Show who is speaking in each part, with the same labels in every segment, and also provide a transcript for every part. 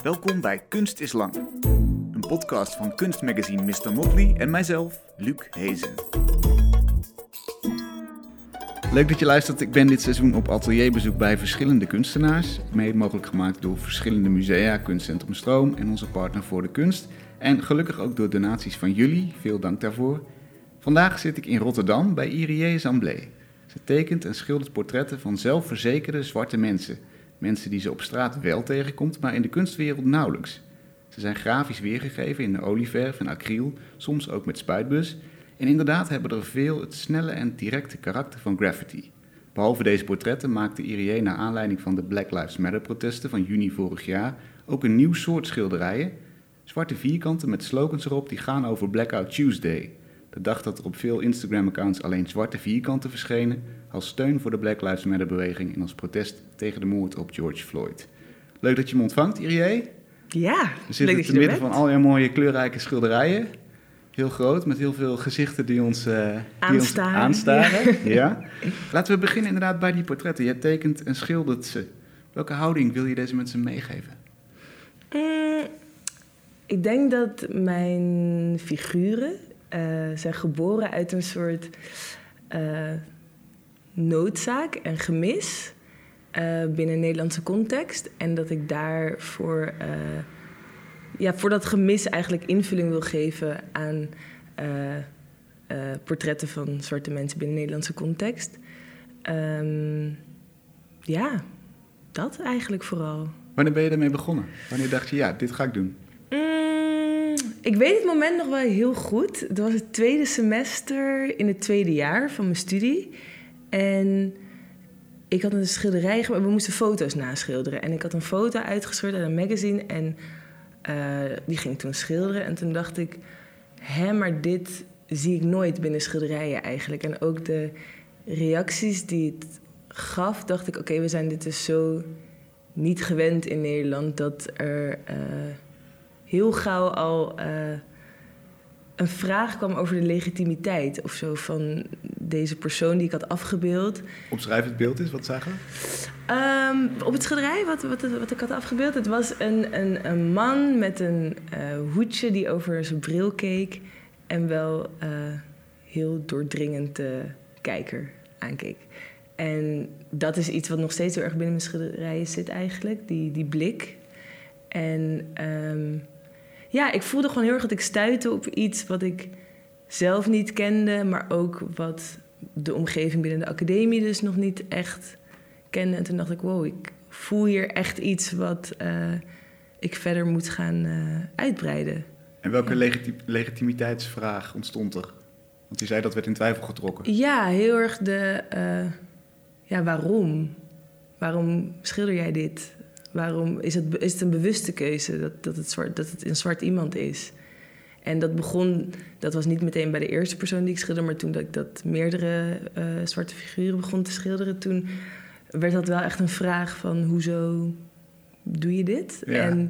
Speaker 1: Welkom bij Kunst is Lang. Een podcast van kunstmagazine Mr. Motley en mijzelf, Luc Hezen. Leuk dat je luistert. Ik ben dit seizoen op atelierbezoek bij verschillende kunstenaars. Mede mogelijk gemaakt door verschillende musea, Kunstcentrum Stroom en onze partner Voor de Kunst. En gelukkig ook door donaties van jullie. Veel dank daarvoor. Vandaag zit ik in Rotterdam bij Irie Zamblé. Ze tekent en schildert portretten van zelfverzekerde zwarte mensen. Mensen die ze op straat wel tegenkomt, maar in de kunstwereld nauwelijks. Ze zijn grafisch weergegeven in de olieverf en acryl, soms ook met spuitbus. En inderdaad hebben er veel het snelle en directe karakter van graffiti. Behalve deze portretten maakte Irie naar aanleiding van de Black Lives Matter protesten van juni vorig jaar ook een nieuw soort schilderijen. Zwarte vierkanten met slogans erop die gaan over Blackout Tuesday. De dag dat er op veel Instagram-accounts alleen zwarte vierkanten verschenen, als steun voor de Black Lives Matter-beweging en als protest tegen de moord op George Floyd. Leuk dat je me ontvangt, Irie.
Speaker 2: Ja,
Speaker 1: we zitten te midden van al je mooie kleurrijke schilderijen. Heel groot, met heel veel gezichten die ons aanstaren. Ja. Laten we beginnen inderdaad bij die portretten. Je tekent en schildert ze. Welke houding wil je deze mensen meegeven?
Speaker 2: Ik denk dat mijn figuren zijn geboren uit een soort noodzaak en gemis binnen een Nederlandse context. En dat ik daarvoor voor dat gemis eigenlijk invulling wil geven aan portretten van zwarte mensen binnen een Nederlandse context. Dat eigenlijk vooral.
Speaker 1: Wanneer ben je daarmee begonnen? Wanneer dacht je, ja, dit ga ik doen?
Speaker 2: Ik weet het moment nog wel heel goed. Het was het tweede semester in het tweede jaar van mijn studie. En ik had een schilderij gemaakt. We moesten foto's naschilderen. En ik had een foto uitgeschreven uit een magazine. En die ging ik toen schilderen. En toen dacht ik, maar dit zie ik nooit binnen schilderijen eigenlijk. En ook de reacties die het gaf, dacht ik, oké, we zijn dit dus zo niet gewend in Nederland, dat er heel gauw al een vraag kwam over de legitimiteit of zo van deze persoon die ik had afgebeeld.
Speaker 1: Omschrijf het beeld eens, wat zagen we?
Speaker 2: Op het schilderij, wat ik had afgebeeld, het was een man met een hoedje die over zijn bril keek en wel heel doordringend de kijker aankeek. En dat is iets wat nog steeds heel erg binnen mijn schilderijen zit eigenlijk, die blik. En ik voelde gewoon heel erg dat ik stuitte op iets wat ik zelf niet kende, maar ook wat de omgeving binnen de academie dus nog niet echt kende. En toen dacht ik, wow, ik voel hier echt iets wat ik verder moet gaan uitbreiden. En
Speaker 1: welke legitimiteitsvraag ontstond er? Want je zei dat werd in twijfel getrokken.
Speaker 2: Ja, heel erg waarom? Waarom schilder jij dit? Waarom is het een bewuste keuze dat het een zwart iemand is? En dat was niet meteen bij de eerste persoon die ik schilderde, maar toen dat meerdere zwarte figuren begon te schilderen, toen werd dat wel echt een vraag van, hoezo doe je dit?
Speaker 1: Ja.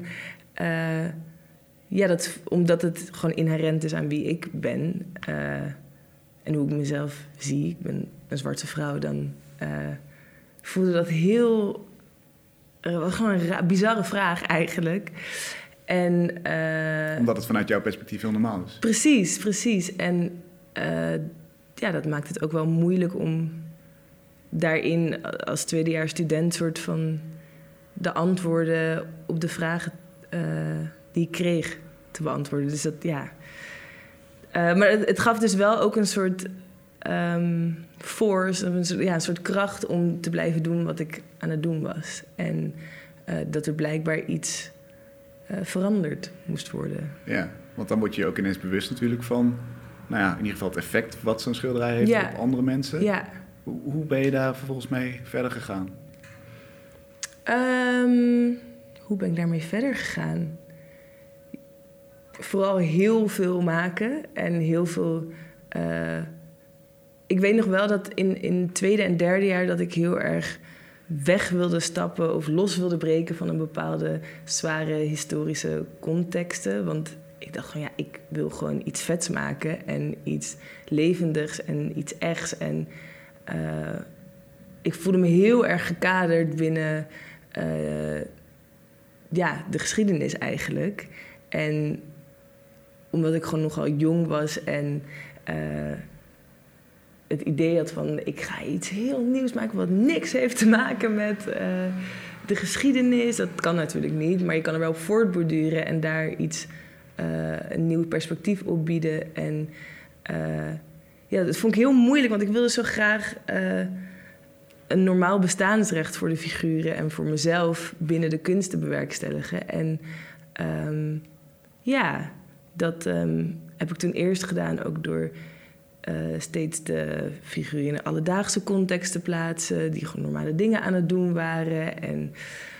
Speaker 2: En omdat het gewoon inherent is aan wie ik ben en hoe ik mezelf zie, ik ben een zwarte vrouw, dan voelde dat heel... gewoon een bizarre vraag eigenlijk. En,
Speaker 1: omdat het vanuit jouw perspectief heel normaal is.
Speaker 2: Precies. En dat maakt het ook wel moeilijk om daarin als tweedejaars student soort van de antwoorden op de vragen die ik kreeg te beantwoorden. Dus dat, maar het gaf dus wel ook een soort force, een soort kracht om te blijven doen wat ik aan het doen was. En dat er blijkbaar iets veranderd moest worden.
Speaker 1: Ja, want dan word je ook ineens bewust natuurlijk van, in ieder geval het effect wat zo'n schilderij heeft op andere mensen.
Speaker 2: Ja.
Speaker 1: Hoe ben je daar vervolgens mee verder gegaan?
Speaker 2: Hoe ben ik daarmee verder gegaan? Vooral heel veel maken en heel veel... Ik weet nog wel dat in het tweede en derde jaar dat ik heel erg weg wilde stappen of los wilde breken van een bepaalde zware historische contexten. Want ik dacht van ik wil gewoon iets vets maken en iets levendigs en iets echts. En ik voelde me heel erg gekaderd binnen de geschiedenis eigenlijk. En omdat ik gewoon nogal jong was en het idee had van... ik ga iets heel nieuws maken wat niks heeft te maken met de geschiedenis. Dat kan natuurlijk niet, maar je kan er wel op voortborduren en daar een nieuw perspectief op bieden. En dat vond ik heel moeilijk, want ik wilde zo graag een normaal bestaansrecht voor de figuren en voor mezelf binnen de kunst te bewerkstelligen. En dat heb ik toen eerst gedaan, ook door steeds de figuren in een alledaagse context te plaatsen, die gewoon normale dingen aan het doen waren. En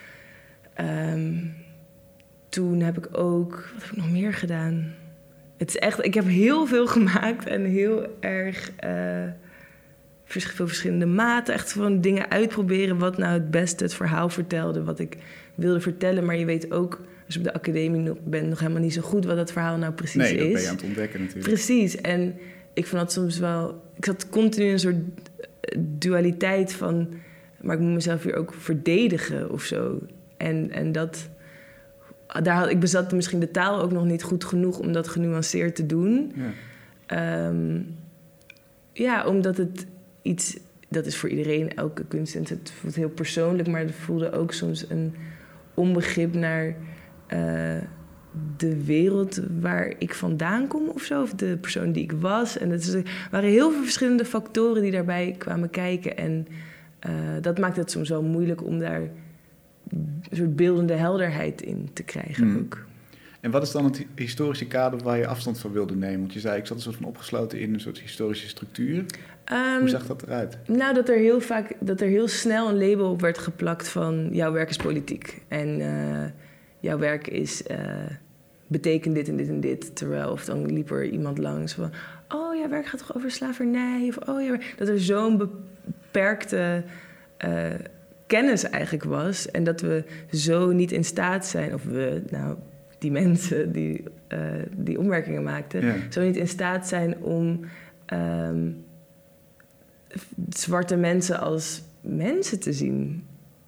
Speaker 2: toen heb ik ook... Wat heb ik nog meer gedaan? Het is echt... Ik heb heel veel gemaakt en heel erg... veel verschillende maten. Echt gewoon dingen uitproberen wat nou het beste het verhaal vertelde, wat ik wilde vertellen. Maar je weet ook, als je op de academie bent, nog helemaal niet zo goed wat dat verhaal nou precies is.
Speaker 1: Nee, dat ben je aan het ontdekken natuurlijk.
Speaker 2: Precies. En ik vond dat soms wel... Ik zat continu in een soort dualiteit van... Maar ik moet mezelf hier ook verdedigen of zo. En dat... ik bezat misschien de taal ook nog niet goed genoeg om dat genuanceerd te doen. Ja, omdat het iets... Dat is voor iedereen, elke kunst. En het voelt heel persoonlijk, maar het voelde ook soms een onbegrip naar de wereld waar ik vandaan kom of zo. Of de persoon die ik was. En er waren heel veel verschillende factoren die daarbij kwamen kijken. En dat maakt het soms wel moeilijk om daar een soort beeldende helderheid in te krijgen ook.
Speaker 1: En wat is dan het historische kader waar je afstand van wilde nemen? Want je zei, ik zat een soort van opgesloten in een soort historische structuur. Hoe zag dat eruit?
Speaker 2: Nou, dat er heel snel een label op werd geplakt van... jouw werk is politiek. En jouw werk is... betekent dit en dit en dit. Terwijl, of dan liep er iemand langs van... oh, jouw werk gaat toch over slavernij? Of dat er zo'n beperkte kennis eigenlijk was. En dat we zo niet in staat zijn... of we, nou, die mensen die opmerkingen maakten... zo niet in staat zijn om... zwarte mensen als mensen te zien.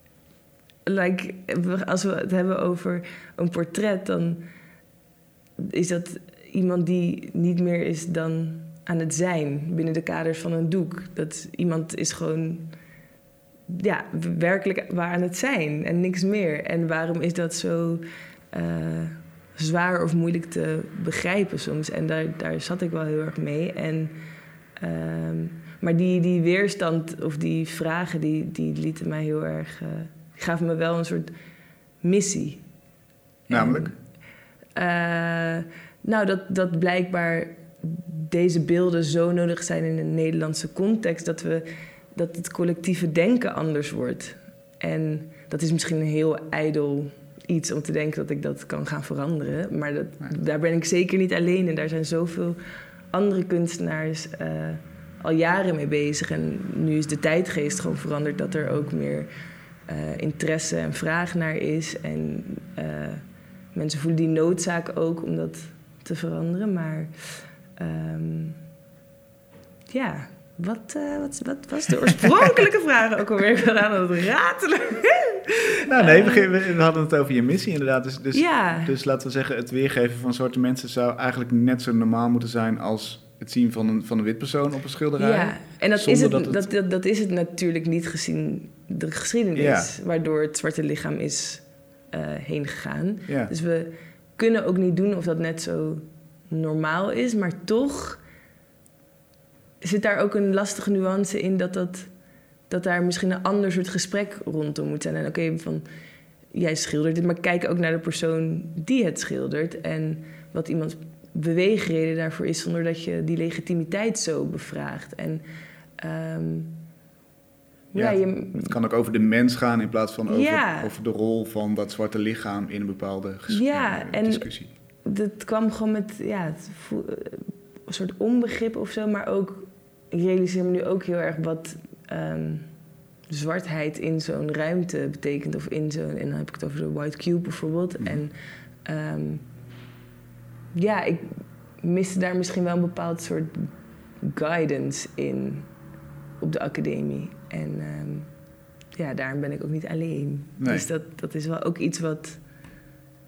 Speaker 2: Als we het hebben over een portret... dan is dat iemand die niet meer is dan aan het zijn... binnen de kaders van een doek. Dat iemand is gewoon... werkelijk waar aan het zijn en niks meer. En waarom is dat zo zwaar of moeilijk te begrijpen soms? En daar zat ik wel heel erg mee. En... maar die weerstand of die vragen, die lieten mij heel erg... die gaven me wel een soort missie.
Speaker 1: Namelijk?
Speaker 2: Dat blijkbaar deze beelden zo nodig zijn in een Nederlandse context... dat het collectieve denken anders wordt. En dat is misschien een heel ijdel iets om te denken dat ik dat kan gaan veranderen. Maar daar ben ik zeker niet alleen in. Daar zijn zoveel andere kunstenaars... al jaren mee bezig. En nu is de tijdgeest gewoon veranderd... dat er ook meer interesse en vraag naar is. En mensen voelen die noodzaak ook om dat te veranderen. Maar wat was de oorspronkelijke vraag ook alweer? Ik ben aan het ratelen.
Speaker 1: Nou nee, we hadden het over je missie inderdaad. Dus laten we zeggen, het weergeven van zwarte mensen... zou eigenlijk net zo normaal moeten zijn als... het zien van een wit persoon op een schilderij.
Speaker 2: Ja, en dat is het natuurlijk niet gezien de geschiedenis... waardoor het zwarte lichaam is heen gegaan. Ja. Dus we kunnen ook niet doen of dat net zo normaal is... maar toch zit daar ook een lastige nuance in... dat daar misschien een ander soort gesprek rondom moet zijn. En van jij schildert dit, maar kijk ook naar de persoon die het schildert... en wat iemands beweegreden daarvoor is... zonder dat je die legitimiteit zo bevraagt. En
Speaker 1: het kan ook over de mens gaan... in plaats van over de rol van dat zwarte lichaam... in een bepaalde discussie.
Speaker 2: Dat kwam gewoon met een soort onbegrip of zo... maar ook, ik realiseer me nu ook heel erg... wat zwartheid in zo'n ruimte betekent... of in zo'n... en dan heb ik het over de White Cube bijvoorbeeld... En ik miste daar misschien wel een bepaald soort guidance in op de academie. En daarom ben ik ook niet alleen. Nee. Dus dat is wel ook iets wat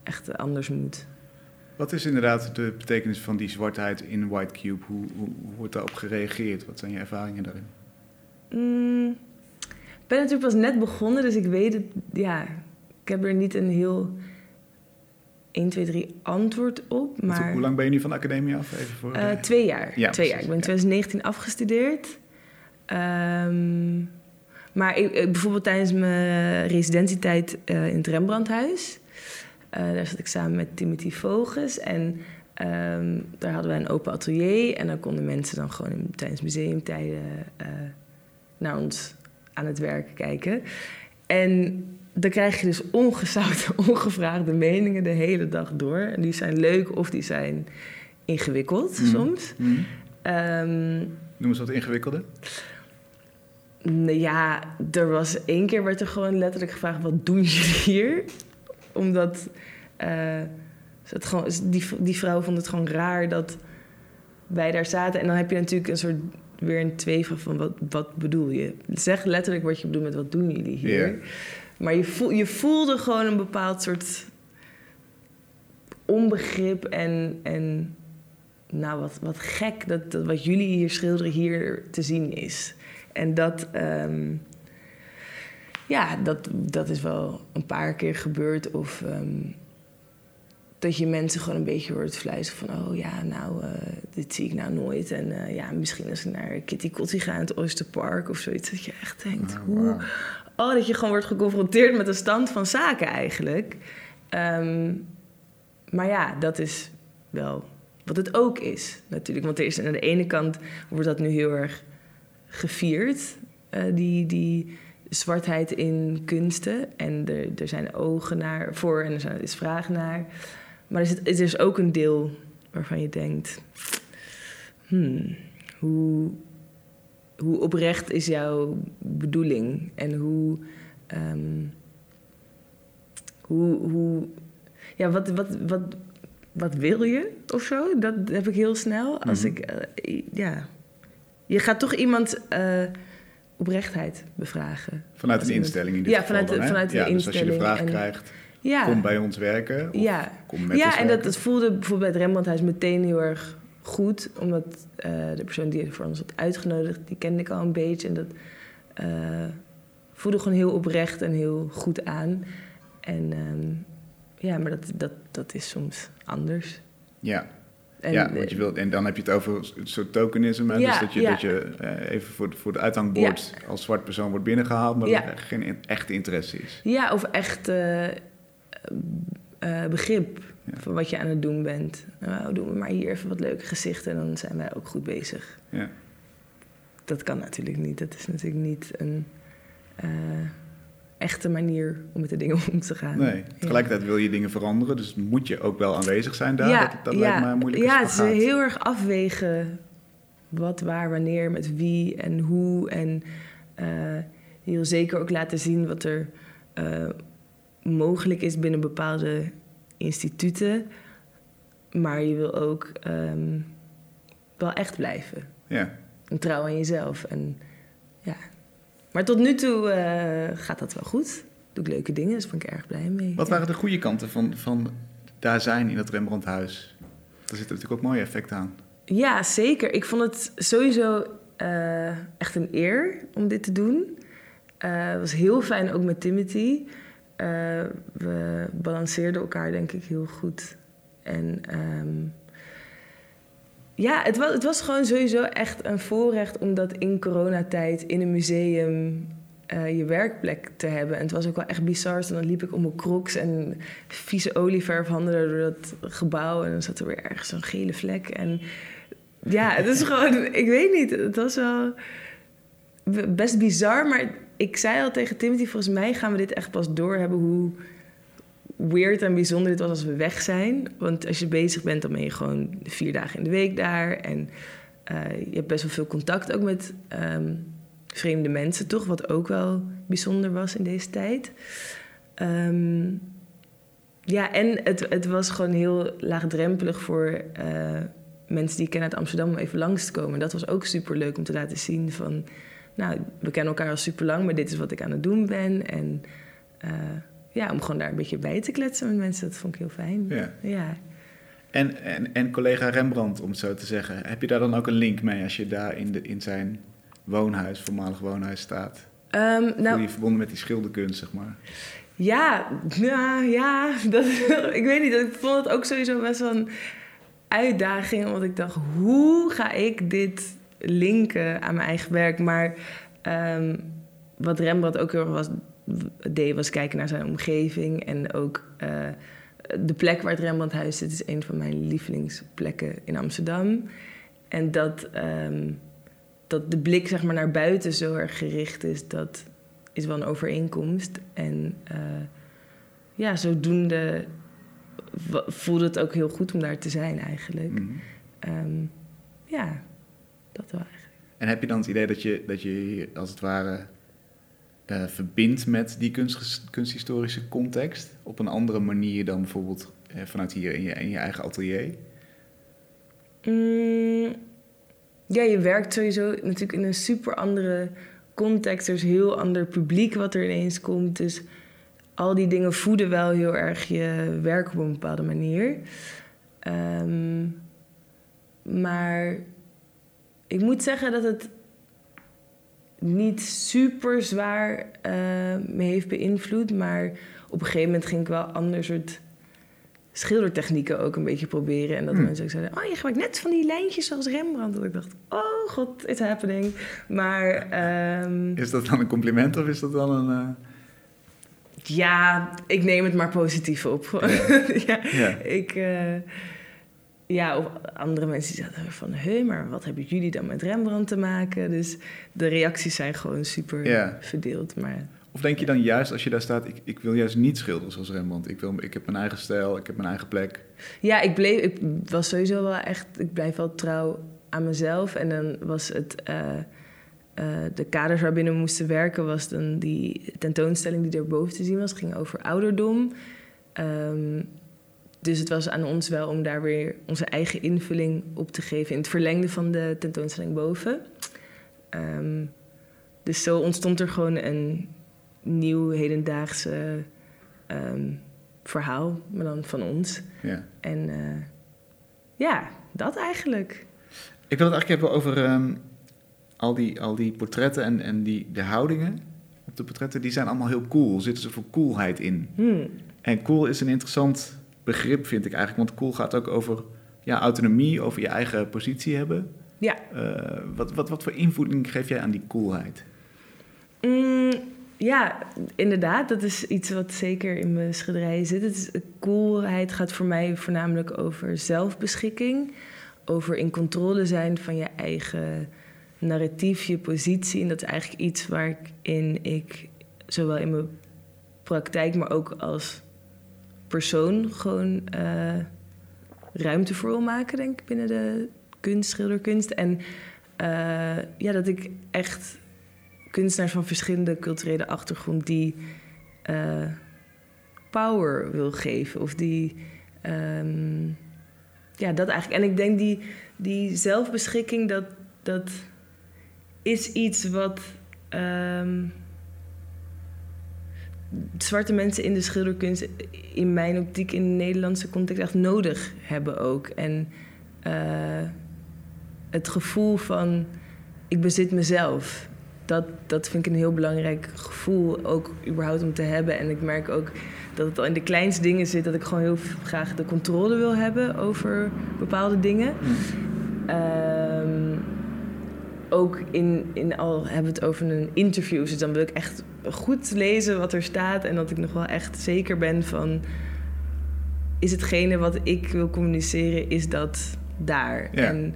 Speaker 2: echt anders moet.
Speaker 1: Wat is inderdaad de betekenis van die zwartheid in White Cube? Hoe wordt daarop gereageerd? Wat zijn je ervaringen daarin?
Speaker 2: Ik ben natuurlijk pas net begonnen, dus ik weet het... Ja, ik heb er niet een heel 1, 2, 3 antwoord op, maar...
Speaker 1: Hoe lang ben je nu van de academie af? Even voor,
Speaker 2: 2 jaar.
Speaker 1: Ja,
Speaker 2: 2 jaar. Ik ben in 2019 afgestudeerd. Maar bijvoorbeeld tijdens mijn residentietijd in het Rembrandthuis... daar zat ik samen met Timothy Voges. En daar hadden wij een open atelier. En dan konden mensen dan gewoon tijdens museumtijden naar ons aan het werk kijken. En dan krijg je dus ongezouten, ongevraagde meningen de hele dag door. En die zijn leuk of die zijn ingewikkeld soms.
Speaker 1: Noem eens wat ingewikkelde.
Speaker 2: Nou ja, er was 1 keer werd er gewoon letterlijk gevraagd... wat doen jullie hier? Omdat die vrouw vond het gewoon raar dat wij daar zaten. En dan heb je natuurlijk een soort weer een tweevraag van wat bedoel je? Zeg letterlijk wat je bedoelt met wat doen jullie hier? Yeah. Maar je voelde gewoon een bepaald soort onbegrip en nou wat gek dat wat jullie hier schilderen hier te zien is. En dat... dat is wel een paar keer gebeurd. Of dat je mensen gewoon een beetje hoort fluisteren van... oh ja, nou, dit zie ik nou nooit. En misschien als ik naar Kitty Kotti ga in het Oysterpark of zoiets... dat je echt denkt, dat je gewoon wordt geconfronteerd met de stand van zaken eigenlijk. Maar ja, dat is wel wat het ook is natuurlijk. Want er is aan de ene kant wordt dat nu heel erg gevierd... die zwartheid in kunsten. En er zijn ogen voor en er is vraag naar. Maar er is ook een deel waarvan je denkt... hoe oprecht is jouw bedoeling? En wat wil je of zo? Dat heb ik heel snel. Als je gaat toch iemand... oprechtheid bevragen.
Speaker 1: Vanuit een instelling in dit geval dan,
Speaker 2: vanuit de instelling.
Speaker 1: Dus als je de vraag krijgt, kom bij ons werken. Of kom met ons
Speaker 2: en
Speaker 1: werken.
Speaker 2: dat voelde bijvoorbeeld bij het Rembrandthuis meteen heel erg goed. Omdat de persoon die voor ons had uitgenodigd, die kende ik al een beetje. En dat voelde gewoon heel oprecht en heel goed aan. En maar dat is soms anders.
Speaker 1: Ja. Want je wilt, en dan heb je het over een soort tokenisme. Dus dat je even voor de uithangbord als zwart persoon wordt binnengehaald... maar er geen echte interesse is. Ja,
Speaker 2: of echt begrip van wat je aan het doen bent. Nou, doen we maar hier even wat leuke gezichten... en dan zijn wij ook goed bezig. Ja. Dat kan natuurlijk niet. Dat is natuurlijk niet een... echte manier om met de dingen om te gaan.
Speaker 1: Nee, tegelijkertijd wil je dingen veranderen... dus moet je ook wel aanwezig zijn daar. Dat lijkt me een moeilijke spagaat.
Speaker 2: Het is heel erg afwegen... wat, waar, wanneer, met wie en hoe. En je wil zeker ook laten zien... wat er mogelijk is binnen bepaalde instituten. Maar je wil ook wel echt blijven. Ja. En trouw aan jezelf. En ja... Maar tot nu toe gaat dat wel goed. Doe ik leuke dingen, dus ben ik erg blij mee.
Speaker 1: Wat waren de goede kanten van daar zijn in het Rembrandthuis? Daar zit natuurlijk ook mooie effecten aan.
Speaker 2: Ja, zeker. Ik vond het sowieso echt een eer om dit te doen. Het was heel fijn ook met Timothy. We balanceerden elkaar denk ik heel goed. En... het was gewoon sowieso echt een voorrecht... om dat in coronatijd in een museum je werkplek te hebben. En het was ook wel echt bizar. Dus dan liep ik om mijn crocs en vieze olieverf handelde door dat gebouw. En dan zat er weer ergens zo'n gele vlek. En ja, het is gewoon... Ik weet niet, het was wel best bizar. Maar ik zei al tegen Timothy... volgens mij gaan we dit echt pas doorhebben... hoe weird en bijzonder dit was als we weg zijn. Want als je bezig bent, dan ben je gewoon 4 dagen in de week daar. En je hebt best wel veel contact ook met vreemde mensen, toch? Wat ook wel bijzonder was in deze tijd. En het was gewoon heel laagdrempelig voor mensen die ik ken uit Amsterdam... om even langs te komen. Dat was ook superleuk om te laten zien van... nou, we kennen elkaar al super lang, maar dit is wat ik aan het doen ben. En... om gewoon daar een beetje bij te kletsen met mensen. Dat vond ik heel fijn. Ja.
Speaker 1: En collega Rembrandt, om het zo te zeggen. Heb je daar dan ook een link mee als je daar in zijn voormalig woonhuis staat? Voel je verbonden met die schilderkunst, zeg maar?
Speaker 2: Ja. Ik weet niet. Ik vond het ook sowieso best wel een uitdaging. Omdat ik dacht, hoe ga ik dit linken aan mijn eigen werk? Maar wat Rembrandt ook heel erg deed, was kijken naar zijn omgeving. En ook de plek waar het Rembrandthuis zit, is een van mijn lievelingsplekken in Amsterdam. En dat de blik zeg maar, naar buiten zo erg gericht is, dat is wel een overeenkomst. En zodoende voelde het ook heel goed om daar te zijn eigenlijk. Mm-hmm. Dat wel eigenlijk.
Speaker 1: En heb je dan het idee dat je als het ware verbindt met die kunsthistorische context op een andere manier dan bijvoorbeeld vanuit hier in je eigen atelier?
Speaker 2: Je werkt sowieso natuurlijk in een super andere context. Er is een heel ander publiek wat er ineens komt. Dus al die dingen voeden wel heel erg je werk op een bepaalde manier. Maar ik moet zeggen dat het niet super zwaar me heeft beïnvloed. Maar op een gegeven moment ging ik wel ander soort schildertechnieken ook een beetje proberen. En dat mensen ook zeiden, je gebruikt net van die lijntjes zoals Rembrandt. Dat ik dacht, oh god, it's happening. Maar
Speaker 1: is dat dan een compliment of is dat dan een...
Speaker 2: Ja, ik neem het maar positief op. Of andere mensen die zaten van... maar wat hebben jullie dan met Rembrandt te maken? Dus de reacties zijn gewoon super verdeeld. Maar...
Speaker 1: Of denk je dan juist als je daar staat... ik wil juist niet schilderen zoals Rembrandt. Ik heb mijn eigen stijl, ik heb mijn eigen plek.
Speaker 2: Ja, ik was sowieso wel echt... Ik blijf wel trouw aan mezelf. En dan was het... de kaders waarbinnen we moesten werken... was dan die tentoonstelling die erboven te zien was. Het ging over ouderdom. Dus het was aan ons wel om daar weer onze eigen invulling op te geven... in het verlengde van de tentoonstelling boven. Dus zo ontstond er gewoon een nieuw hedendaagse verhaal, maar dan van ons. Ja. En dat eigenlijk.
Speaker 1: Ik wil het eigenlijk hebben over al die portretten en de houdingen op de portretten. Die zijn allemaal heel cool. Er zit zoveel coolheid in. En cool is een interessant begrip, vind ik eigenlijk. Want cool gaat ook over autonomie, over je eigen positie hebben.
Speaker 2: Ja.
Speaker 1: Wat voor invulling geef jij aan die coolheid?
Speaker 2: Ja, inderdaad. Dat is iets wat zeker in mijn schilderijen zit. Coolheid gaat voor mij voornamelijk over zelfbeschikking. Over in controle zijn van je eigen narratief, je positie. En dat is eigenlijk iets waarin ik zowel in mijn praktijk, maar ook als persoon gewoon ruimte voor wil maken, denk ik, binnen de schilderkunst. En dat ik echt kunstenaars van verschillende culturele achtergrond die power wil geven. Of die... dat eigenlijk. En ik denk die zelfbeschikking, dat is iets wat zwarte mensen in de schilderkunst in mijn optiek in de Nederlandse context echt nodig hebben ook. En het gevoel van ik bezit mezelf, dat vind ik een heel belangrijk gevoel ook überhaupt om te hebben. En ik merk ook dat het al in de kleinste dingen zit, dat ik gewoon heel graag de controle wil hebben over bepaalde dingen. Ook in al hebben we het over een interview, dus dan wil ik echt goed lezen wat er staat en dat ik nog wel echt zeker ben van, is hetgene wat ik wil communiceren, is dat daar? Ja. En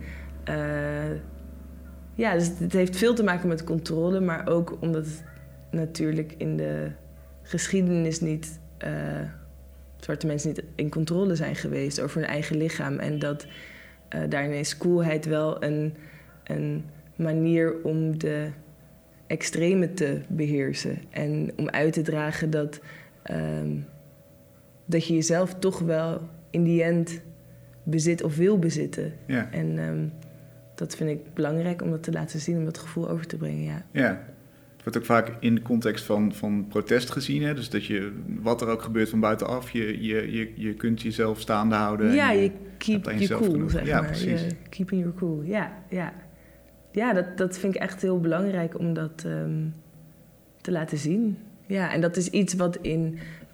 Speaker 2: dus het heeft veel te maken met controle, maar ook omdat het natuurlijk in de geschiedenis niet zwarte mensen niet in controle zijn geweest over hun eigen lichaam en dat daarin is coolheid wel een manier om de extreme te beheersen en om uit te dragen dat je jezelf toch wel in die end bezit of wil bezitten. Ja. En dat vind ik belangrijk om dat te laten zien, om dat gevoel over te brengen, ja.
Speaker 1: Ja, Het wordt ook vaak in de context van protest gezien. Hè? Dus dat je, wat er ook gebeurt van buitenaf, je kunt jezelf staande houden.
Speaker 2: Ja,
Speaker 1: en
Speaker 2: je keep je cool,
Speaker 1: genoeg.
Speaker 2: zeg
Speaker 1: Ja,
Speaker 2: maar.
Speaker 1: precies.
Speaker 2: Keeping your cool, ja. Ja, dat vind ik echt heel belangrijk om dat te laten zien. Ja, en dat is iets wat in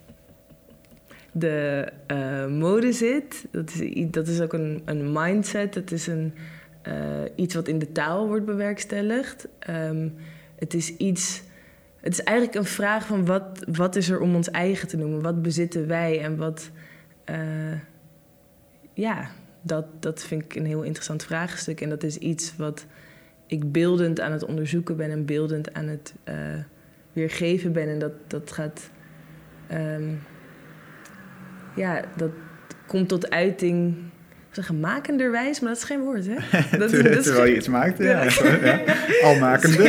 Speaker 2: de mode zit. Dat is ook een mindset. Dat is iets wat in de taal wordt bewerkstelligd. Het is eigenlijk een vraag van wat is er om ons eigen te noemen? Wat bezitten wij en wat... dat vind ik een heel interessant vraagstuk. En dat is iets wat ik beeldend aan het onderzoeken ben en beeldend aan het weergeven ben. En dat gaat... dat komt tot uiting... zeggen makenderwijs, maar dat is geen woord, hè?
Speaker 1: Terwijl je iets maakt, ja. Al makende.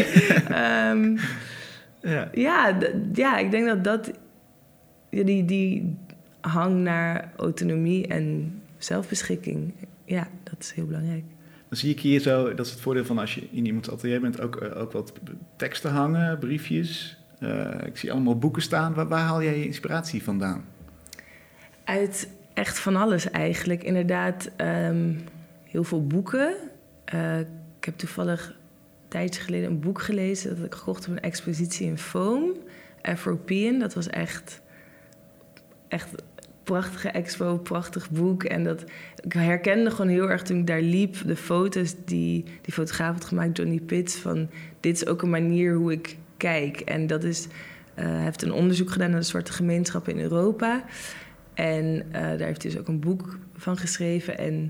Speaker 2: Ik denk dat die hang naar autonomie en zelfbeschikking, ja, dat is heel belangrijk.
Speaker 1: Dan zie ik hier zo, dat is het voordeel van als je in iemands atelier bent, ook wat teksten hangen, briefjes. Ik zie allemaal boeken staan. Waar haal jij je inspiratie vandaan?
Speaker 2: Uit echt van alles eigenlijk. Inderdaad, heel veel boeken. Ik heb toevallig een tijdje geleden een boek gelezen... dat ik gekocht op een expositie in Foam, Afropean. Dat was echt prachtige expo, prachtig boek. En ik herkende gewoon heel erg toen ik daar liep... de foto's die fotograaf had gemaakt, Johnny Pitts... van dit is ook een manier hoe ik kijk. En dat is... hij heeft een onderzoek gedaan naar de zwarte gemeenschappen in Europa... En daar heeft hij dus ook een boek van geschreven. En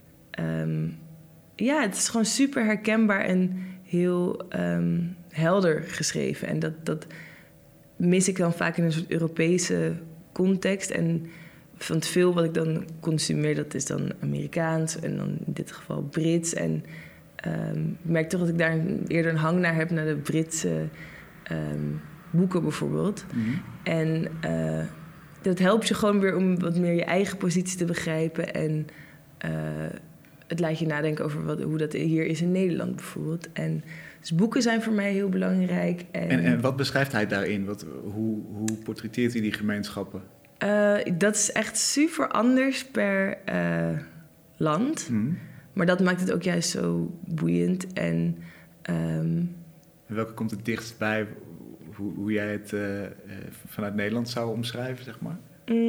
Speaker 2: het is gewoon super herkenbaar en heel helder geschreven. En dat mis ik dan vaak in een soort Europese context. En van het veel wat ik dan consumeer, dat is dan Amerikaans en dan in dit geval Brits. En ik merk toch dat ik daar eerder een hang naar heb, naar de Britse boeken bijvoorbeeld. Mm-hmm. En... dat helpt je gewoon weer om wat meer je eigen positie te begrijpen. En het laat je nadenken over hoe dat hier is in Nederland bijvoorbeeld. En dus boeken zijn voor mij heel belangrijk.
Speaker 1: En wat beschrijft hij daarin? Hoe portretteert hij die gemeenschappen?
Speaker 2: Dat is echt super anders per land.
Speaker 1: Mm.
Speaker 2: Maar dat maakt het ook juist zo boeiend. En
Speaker 1: welke komt het dichtst bij... Hoe jij het vanuit Nederland zou omschrijven, zeg maar?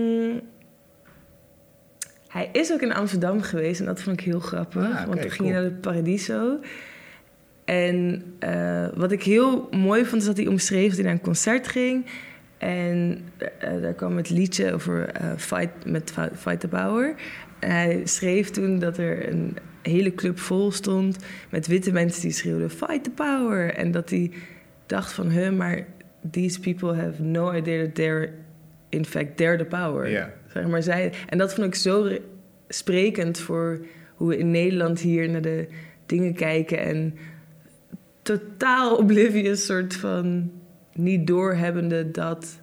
Speaker 2: Hij is ook in Amsterdam geweest en dat vond ik heel grappig. Want toen ging hij naar de Paradiso. En wat ik heel mooi vond, is dat hij omschreef dat hij naar een concert ging. En daar kwam het liedje over Fight the Power. En hij schreef toen dat er een hele club vol stond... met witte mensen die schreeuwden Fight the Power. En dat hij dacht van, maar... these people have no idea that they're the power.
Speaker 1: Yeah.
Speaker 2: Zeg maar, en dat vond ik zo sprekend voor hoe we in Nederland hier naar de dingen kijken en totaal oblivious soort van niet doorhebbende dat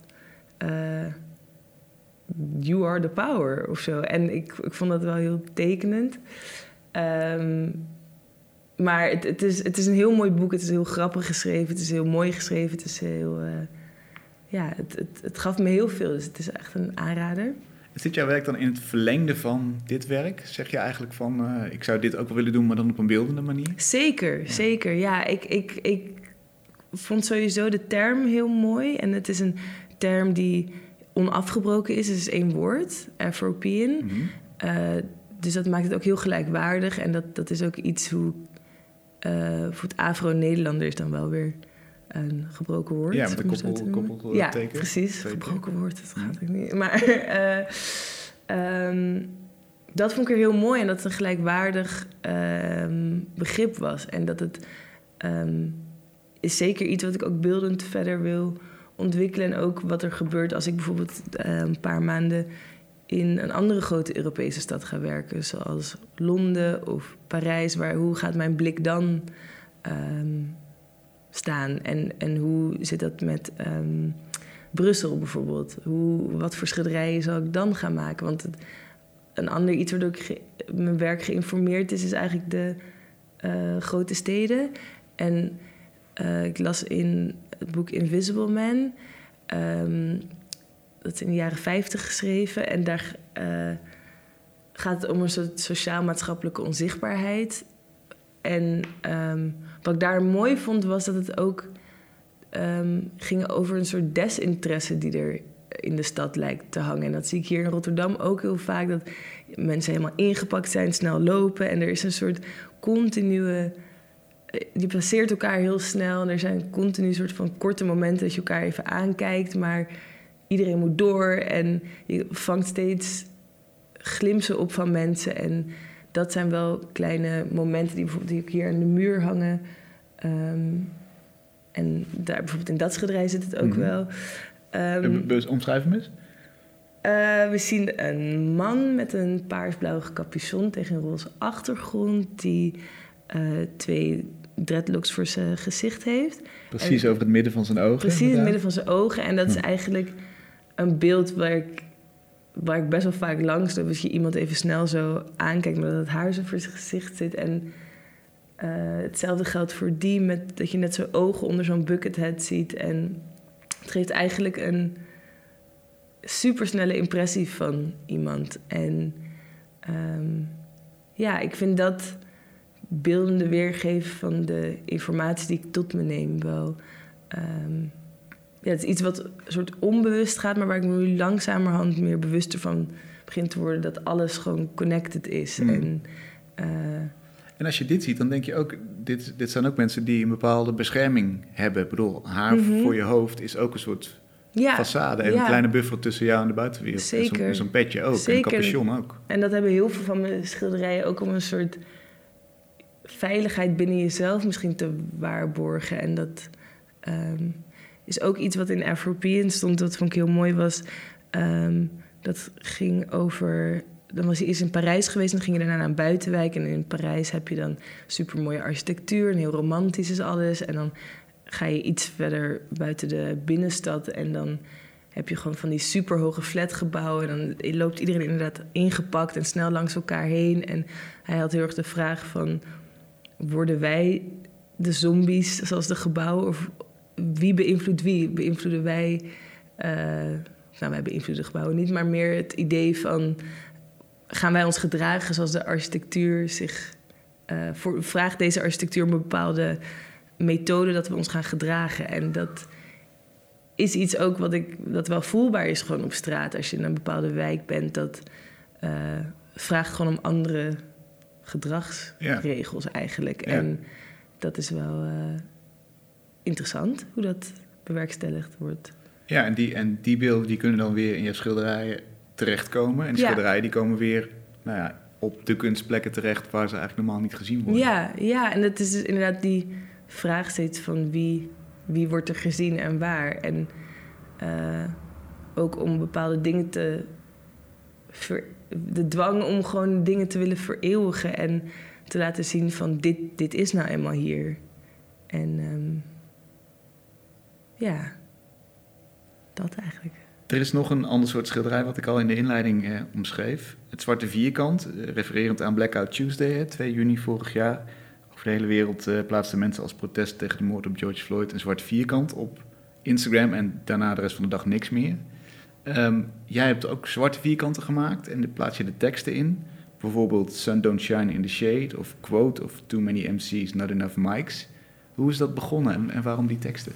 Speaker 2: you are the power of zo. En ik vond dat wel heel tekenend. Maar het is een heel mooi boek. Het is heel grappig geschreven. Het is heel mooi geschreven. Het is heel... het gaf me heel veel. Dus het is echt een aanrader.
Speaker 1: Zit jouw werk dan in het verlengde van dit werk? Zeg je eigenlijk van... ik zou dit ook wel willen doen, maar dan op een beeldende manier?
Speaker 2: Zeker. Ja, ik vond sowieso de term heel mooi. En het is een term die onafgebroken is. Het is 1 woord. Afropean. Mm-hmm. Dus dat maakt het ook heel gelijkwaardig. En dat is ook iets hoe... voor het Afro-Nederlander is dan wel weer een gebroken woord.
Speaker 1: Ja, met een koppelteken.
Speaker 2: Ja, precies. Gebroken woord, dat gaat ook niet. Maar dat vond ik er heel mooi. En dat het een gelijkwaardig begrip was. En dat het is zeker iets wat ik ook beeldend verder wil ontwikkelen. En ook wat er gebeurt als ik bijvoorbeeld een paar maanden... in een andere grote Europese stad ga werken. Zoals Londen of Parijs. Hoe gaat mijn blik dan staan? En hoe zit dat met Brussel bijvoorbeeld? Wat voor schilderijen zal ik dan gaan maken? Want een ander iets waardoor ik mijn werk geïnformeerd is eigenlijk de grote steden. En Ik las in het boek Invisible Man. Dat is in de jaren 50 geschreven. En daar gaat het om een soort sociaal-maatschappelijke onzichtbaarheid. En wat ik daar mooi vond, was dat het ook ging over een soort desinteresse die er in de stad lijkt te hangen. En dat zie ik hier in Rotterdam ook heel vaak. Dat mensen helemaal ingepakt zijn, snel lopen. En er is een soort continue... Je passeert elkaar heel snel. En er zijn continu soort van korte momenten dat je elkaar even aankijkt. Maar iedereen moet door. En je vangt steeds glimsen op van mensen. En dat zijn wel kleine momenten die ook hier aan de muur hangen. En daar bijvoorbeeld in dat schilderij zit het ook wel.
Speaker 1: Omschrijf hem eens.
Speaker 2: We zien een man met een paarsblauw capuchon tegen een roze achtergrond... die 2 dreadlocks voor zijn gezicht heeft.
Speaker 1: Precies over het midden van zijn ogen.
Speaker 2: Precies in het midden van zijn ogen. En dat is eigenlijk een beeld waar ik best wel vaak langs loop. Als je iemand even snel zo aankijkt... maar dat het haar zo voor zijn gezicht zit. En hetzelfde geldt voor die... dat je net zo ogen onder zo'n buckethead ziet. En het geeft eigenlijk een supersnelle impressie van iemand. En ik vind dat beeldende weergeven van de informatie die ik tot me neem wel... het is iets wat een soort onbewust gaat... maar waar ik me nu langzamerhand meer bewuster van begin te worden... dat alles gewoon connected is.
Speaker 1: En als je dit ziet, dan denk je ook... Dit zijn ook mensen die een bepaalde bescherming hebben. Ik bedoel, haar voor je hoofd is ook een soort façade. En een kleine buffer tussen jou en de buitenwereld.
Speaker 2: Zeker.
Speaker 1: En zo'n petje ook. Zeker. En een capuchon ook.
Speaker 2: En dat hebben heel veel van mijn schilderijen ook om een soort veiligheid binnen jezelf misschien te waarborgen. En dat is ook iets wat in Afropean stond, dat vond ik heel mooi was. Dat ging over... Dan was hij eerst in Parijs geweest en dan ging je daarna naar een buitenwijk. En in Parijs heb je dan supermooie architectuur en heel romantisch is alles. En dan ga je iets verder buiten de binnenstad en dan heb je gewoon van die superhoge flatgebouwen. En dan loopt iedereen inderdaad ingepakt en snel langs elkaar heen. En hij had heel erg de vraag van... worden wij de zombies zoals de gebouwen? Of wie beïnvloedt wie? Beïnvloeden wij... wij beïnvloeden de gebouwen niet, maar meer het idee van... gaan wij ons gedragen zoals de architectuur zich... vraagt deze architectuur een bepaalde methode dat we ons gaan gedragen. En dat is iets ook dat wel voelbaar is gewoon op straat. Als je in een bepaalde wijk bent, dat vraagt gewoon om andere gedragsregels eigenlijk. Ja. En dat is wel interessant, hoe dat bewerkstelligd wordt.
Speaker 1: Ja, en die beelden die kunnen dan weer in je schilderijen terechtkomen. En die schilderijen die komen weer op de kunstplekken terecht waar ze eigenlijk normaal niet gezien worden.
Speaker 2: Ja, en dat is dus inderdaad die vraag steeds van wie wordt er gezien en waar. En ook om bepaalde dingen de dwang om gewoon dingen te willen vereeuwigen en te laten zien van dit is nou eenmaal hier. En dat eigenlijk.
Speaker 1: Er is nog een ander soort schilderij wat ik al in de inleiding omschreef. Het zwarte vierkant, refererend aan Blackout Tuesday, 2 juni vorig jaar. Over de hele wereld plaatsten mensen als protest tegen de moord op George Floyd een zwart vierkant op Instagram en daarna de rest van de dag niks meer. Jij hebt ook zwarte vierkanten gemaakt en daar plaats je de teksten in. Bijvoorbeeld Sun Don't Shine in the Shade of Quote of Too Many MC's, Not Enough Mics. Hoe is dat begonnen en waarom die teksten?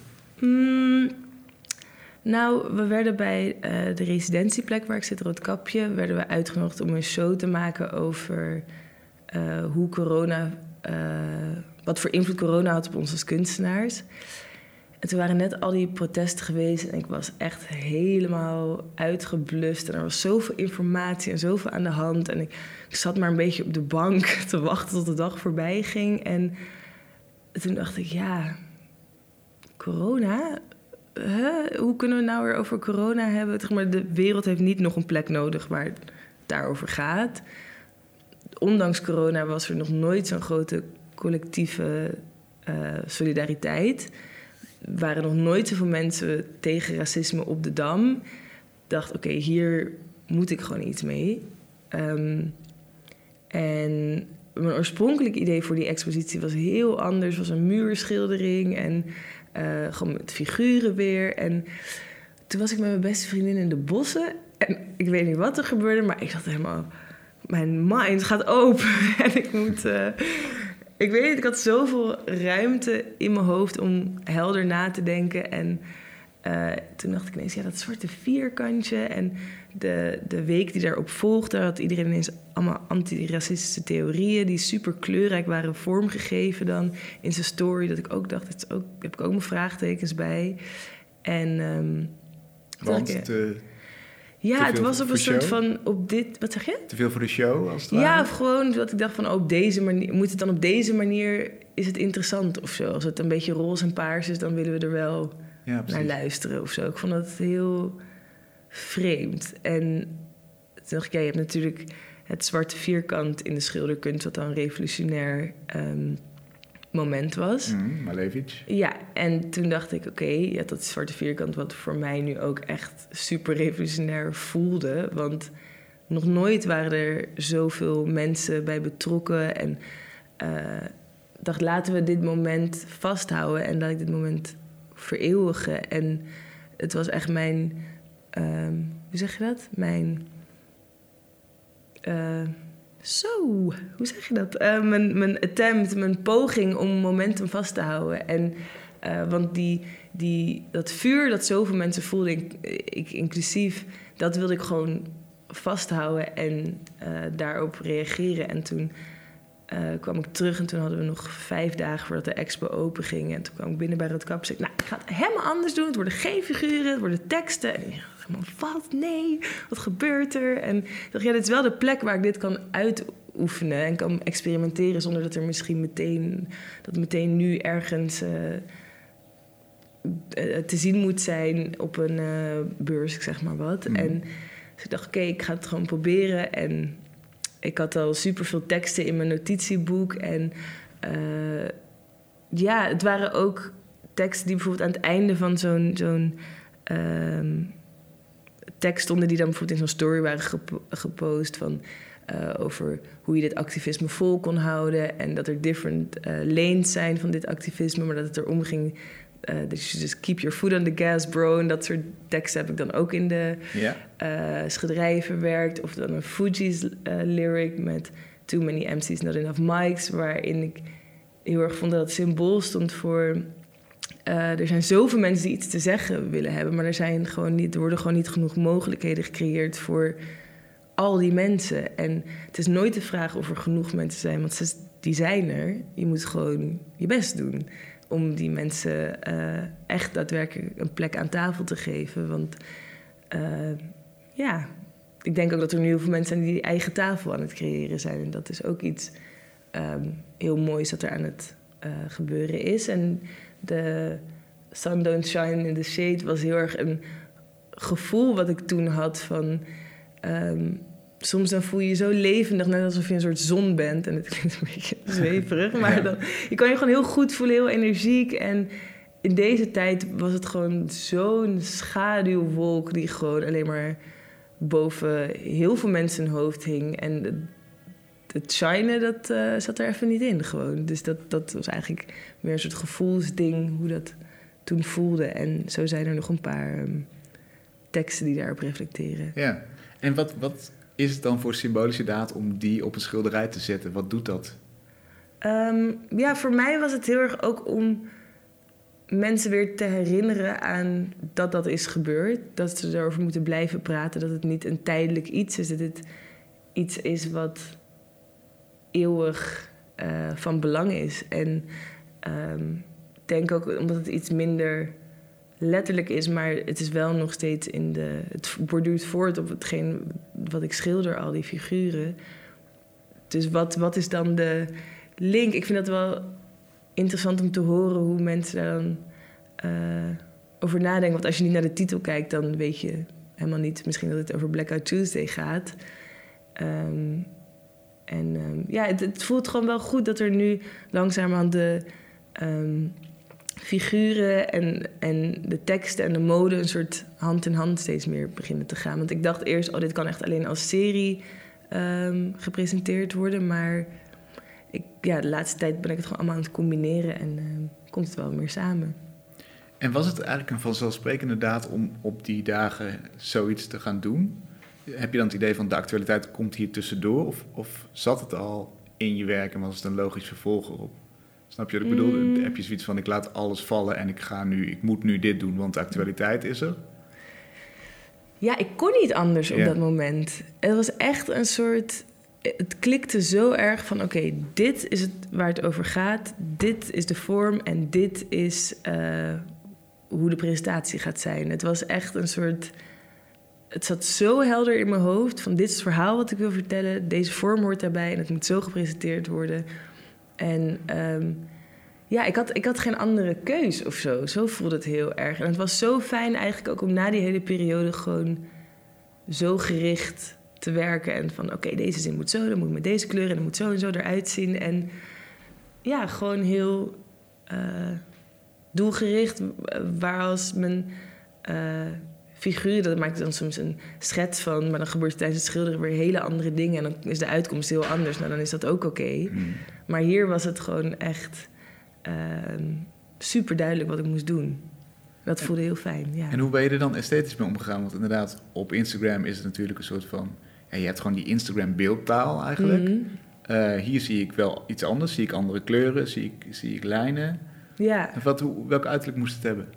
Speaker 2: Nou, we werden bij de residentieplek waar ik zit, Roodkapje, werden we uitgenodigd om een show te maken over hoe corona, wat voor invloed corona had op ons als kunstenaars. En toen waren net al die protesten geweest en ik was echt helemaal uitgeblust. En er was zoveel informatie en zoveel aan de hand. En ik zat maar een beetje op de bank te wachten tot de dag voorbij ging. En toen dacht ik, corona? Hoe kunnen we nou weer over corona hebben? Zeg maar, de wereld heeft niet nog een plek nodig waar het daarover gaat. Ondanks corona was er nog nooit zo'n grote collectieve solidariteit. Er waren nog nooit zoveel mensen tegen racisme op de Dam. Ik dacht, oké, hier moet ik gewoon iets mee. En mijn oorspronkelijke idee voor die expositie was heel anders. Het was een muurschildering en gewoon met figuren weer. En toen was ik met mijn beste vriendin in de bossen. En ik weet niet wat er gebeurde, maar ik zat helemaal... Mijn mind gaat open en ik moet... ik weet niet, ik had zoveel ruimte in mijn hoofd om helder na te denken. En toen dacht ik ineens, ja, dat zwarte vierkantje. En de week die daarop volgde, had iedereen ineens allemaal antiracistische theorieën... die super kleurrijk waren vormgegeven dan in zijn story. Dat ik ook dacht, daar heb ik ook mijn vraagtekens bij. En... ja, het was op een soort van... Wat zeg je?
Speaker 1: Te veel voor de show, als het
Speaker 2: ware?
Speaker 1: Ja,
Speaker 2: of gewoon dat ik dacht van... op deze manier, moet het dan op deze manier... is het interessant of zo? Als het een beetje roze en paars is... dan willen we er wel naar luisteren of zo. Ik vond dat heel vreemd. En toen dacht ik, ja, je hebt natuurlijk... het zwarte vierkant in de schilderkunst... wat dan een revolutionair... moment was.
Speaker 1: Malevich.
Speaker 2: Ja, en toen dacht ik, oké, dat zwarte vierkant... wat voor mij nu ook echt super revolutionair voelde. Want nog nooit waren er zoveel mensen bij betrokken. En dacht, laten we dit moment vasthouden... en laat ik dit moment vereeuwigen. En het was echt mijn... hoe zeg je dat? Hoe zeg je dat? Mijn attempt, mijn poging om momentum vast te houden. En, want dat vuur dat zoveel mensen voelden, ik inclusief... dat wilde ik gewoon vasthouden en daarop reageren. En toen kwam ik terug en toen hadden we nog 5 dagen voordat de expo open ging. En toen kwam ik binnen bij Roodkap en zei ik, nou, ik ga het helemaal anders doen. Het worden geen figuren, het worden teksten. En ik dacht, wat? Nee, wat gebeurt er? En ik dacht, ja, dit is wel de plek waar ik dit kan uitoefenen en kan experimenteren zonder dat er misschien meteen nu ergens te zien moet zijn op een beurs, ik zeg maar wat. En dus ik dacht, oké, ik ga het gewoon proberen. En ik had al superveel teksten in mijn notitieboek. En ja, het waren ook teksten die bijvoorbeeld aan het einde van zo'n tekst stonden... die dan bijvoorbeeld in zo'n story waren gepost van... over hoe je dit activisme vol kon houden... en dat er different lanes zijn van dit activisme... maar dat het erom ging... dus just keep your foot on the gas, bro. En dat soort teksten heb ik dan ook in de schilderijen verwerkt. Of dan een Fugees lyric met Too many MC's, not enough mics... waarin ik heel erg vond dat het symbool stond voor... er zijn zoveel mensen die iets te zeggen willen hebben... maar er worden gewoon niet genoeg mogelijkheden gecreëerd... voor al die mensen. En het is nooit de vraag of er genoeg mensen zijn... want die zijn er. Je moet gewoon je best doen... om die mensen echt daadwerkelijk een plek aan tafel te geven. Want ja, ik denk ook dat er nu heel veel mensen zijn... die eigen tafel aan het creëren zijn. En dat is ook iets heel moois dat er aan het gebeuren is. En de Sun Don't Shine in the Shade was heel erg een gevoel wat ik toen had van... soms dan voel je je zo levendig, net alsof je een soort zon bent. En het klinkt een beetje zweverig, maar dan, je kan je gewoon heel goed voelen, heel energiek. En in deze tijd was het gewoon zo'n schaduwwolk... die gewoon alleen maar boven heel veel mensen hun hoofd hing. En het shinen, dat zat er even niet in gewoon. Dus dat was eigenlijk meer een soort gevoelsding, hoe dat toen voelde. En zo zijn er nog een paar teksten die daarop reflecteren.
Speaker 1: Ja, en wat is het dan voor symbolische daad om die op een schilderij te zetten? Wat doet dat?
Speaker 2: Ja, voor mij was het heel erg ook om mensen weer te herinneren aan dat dat is gebeurd. Dat ze erover moeten blijven praten. Dat het niet een tijdelijk iets is. Dat het iets is wat eeuwig van belang is. En ik denk ook omdat het iets minder letterlijk is, maar het is wel nog steeds het borduurt voort op hetgeen wat ik schilder, al die figuren. Dus wat is dan de link? Ik vind dat wel interessant om te horen hoe mensen daar dan over nadenken. Want als je niet naar de titel kijkt, dan weet je helemaal niet misschien dat het over Blackout Tuesday gaat. Ja, het voelt gewoon wel goed dat er nu langzamerhand de figuren en de teksten en de mode een soort hand in hand steeds meer beginnen te gaan. Want ik dacht eerst, dit kan echt alleen als serie gepresenteerd worden. Maar de laatste tijd ben ik het gewoon allemaal aan het combineren en komt het wel meer samen.
Speaker 1: En was het eigenlijk een vanzelfsprekende daad om op die dagen zoiets te gaan doen? Heb je dan het idee van de actualiteit komt hier tussendoor? Of zat het al in je werk en was het een logisch vervolg erop? Snap je wat ik bedoel? Heb je zoiets van ik laat alles vallen en ik moet nu dit doen, want de actualiteit is er?
Speaker 2: Ja, ik kon niet anders op dat moment. Het was echt een soort... Het klikte zo erg van oké, dit is het waar het over gaat. Dit is de vorm en dit is hoe de presentatie gaat zijn. Het was echt een soort... Het zat zo helder in mijn hoofd van dit is het verhaal wat ik wil vertellen. Deze vorm hoort daarbij en het moet zo gepresenteerd worden. En ik had geen andere keus of zo. Zo voelde het heel erg. En het was zo fijn eigenlijk ook om na die hele periode gewoon zo gericht te werken. En van oké, deze zin moet zo, dan moet met deze kleur en dan moet zo en zo eruit zien. En ja, gewoon heel doelgericht. Waar als mijn figuren, dat maak ik dan soms een schets van, maar dan gebeurt tijdens het schilderen weer hele andere dingen. En dan is de uitkomst heel anders. Nou, dan is dat ook oké. Maar hier was het gewoon echt super duidelijk wat ik moest doen. Dat voelde heel fijn, ja.
Speaker 1: En hoe ben je er dan esthetisch mee omgegaan? Want inderdaad, op Instagram is het natuurlijk een soort van... Ja, je hebt gewoon die Instagram beeldtaal eigenlijk. Hier zie ik wel iets anders. Zie ik andere kleuren, zie ik lijnen.
Speaker 2: Ja.
Speaker 1: En welk uiterlijk moest het hebben?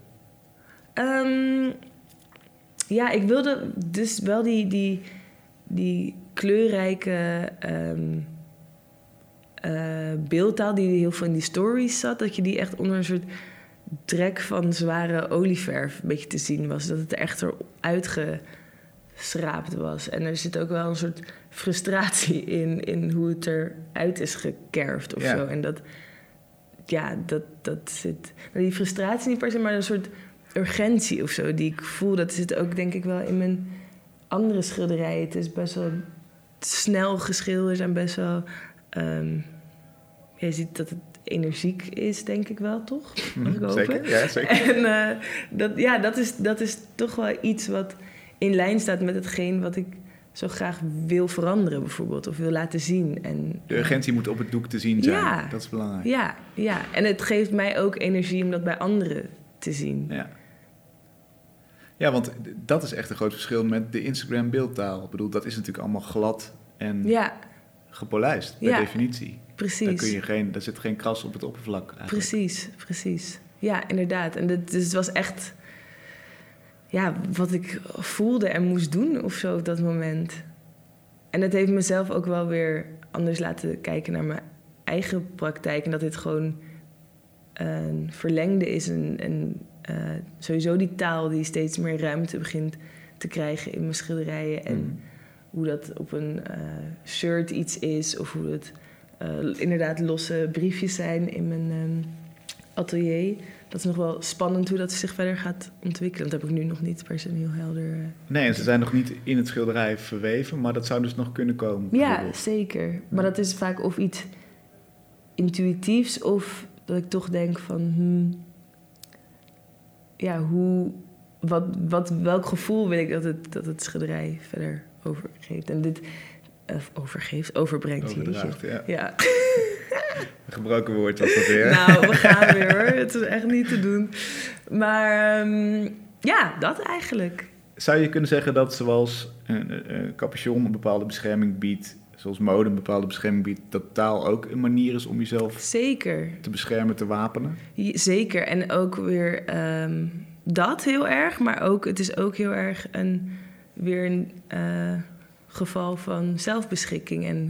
Speaker 2: Ik wilde dus wel die kleurrijke beeldtaal die heel veel in die stories zat. Dat je die echt onder een soort drek van zware olieverf een beetje te zien was. Dat het er echt eruit geschraapt was. En er zit ook wel een soort frustratie in hoe het eruit is gekerfd of zo. En dat zit... Die frustratie niet per se, maar een soort urgentie of zo die ik voel. Dat zit ook denk ik wel in mijn andere schilderijen. Het is best wel snel geschilderd en best wel... je ziet dat het energiek is, denk ik wel, toch? Mag ik hopen?
Speaker 1: Zeker, ja, zeker.
Speaker 2: En dat is toch wel iets wat in lijn staat met hetgeen wat ik zo graag wil veranderen, bijvoorbeeld. Of wil laten zien. En,
Speaker 1: de urgentie moet op het doek te zien zijn. Ja, dat is belangrijk.
Speaker 2: Ja. En het geeft mij ook energie om dat bij anderen te zien.
Speaker 1: Ja, want dat is echt een groot verschil met de Instagram beeldtaal. Ik bedoel, dat is natuurlijk allemaal glad en gepolijst, per definitie.
Speaker 2: Precies.
Speaker 1: Daar zit geen kras op het oppervlak eigenlijk.
Speaker 2: Precies. Ja, inderdaad. En dus het was echt wat ik voelde en moest doen of zo op dat moment. En dat heeft mezelf ook wel weer anders laten kijken naar mijn eigen praktijk. En dat dit gewoon een verlengde is. En sowieso die taal die steeds meer ruimte begint te krijgen in mijn schilderijen. En hoe dat op een shirt iets is. Of hoe het inderdaad losse briefjes zijn in mijn atelier. Dat is nog wel spannend hoe dat zich verder gaat ontwikkelen. Dat heb ik nu nog niet per se heel helder...
Speaker 1: Nee, en ze zijn nog niet in het schilderij verweven, maar dat zou dus nog kunnen komen.
Speaker 2: Ja, zeker. Maar dat is vaak of iets intuïtiefs of dat ik toch denk van... welk gevoel wil ik dat het schilderij verder overgeeft. En dit... overbrengt.
Speaker 1: Overdraagt,
Speaker 2: ja.
Speaker 1: Een gebroken woord was dat weer.
Speaker 2: Nou, we gaan weer hoor. Het is echt niet te doen. Maar dat eigenlijk.
Speaker 1: Zou je kunnen zeggen dat zoals een capuchon een bepaalde bescherming biedt, zoals mode een bepaalde bescherming biedt, dat taal ook een manier is om jezelf
Speaker 2: zeker
Speaker 1: te beschermen, te wapenen?
Speaker 2: Zeker. En ook weer dat heel erg. Maar ook, het is ook heel erg een geval van zelfbeschikking.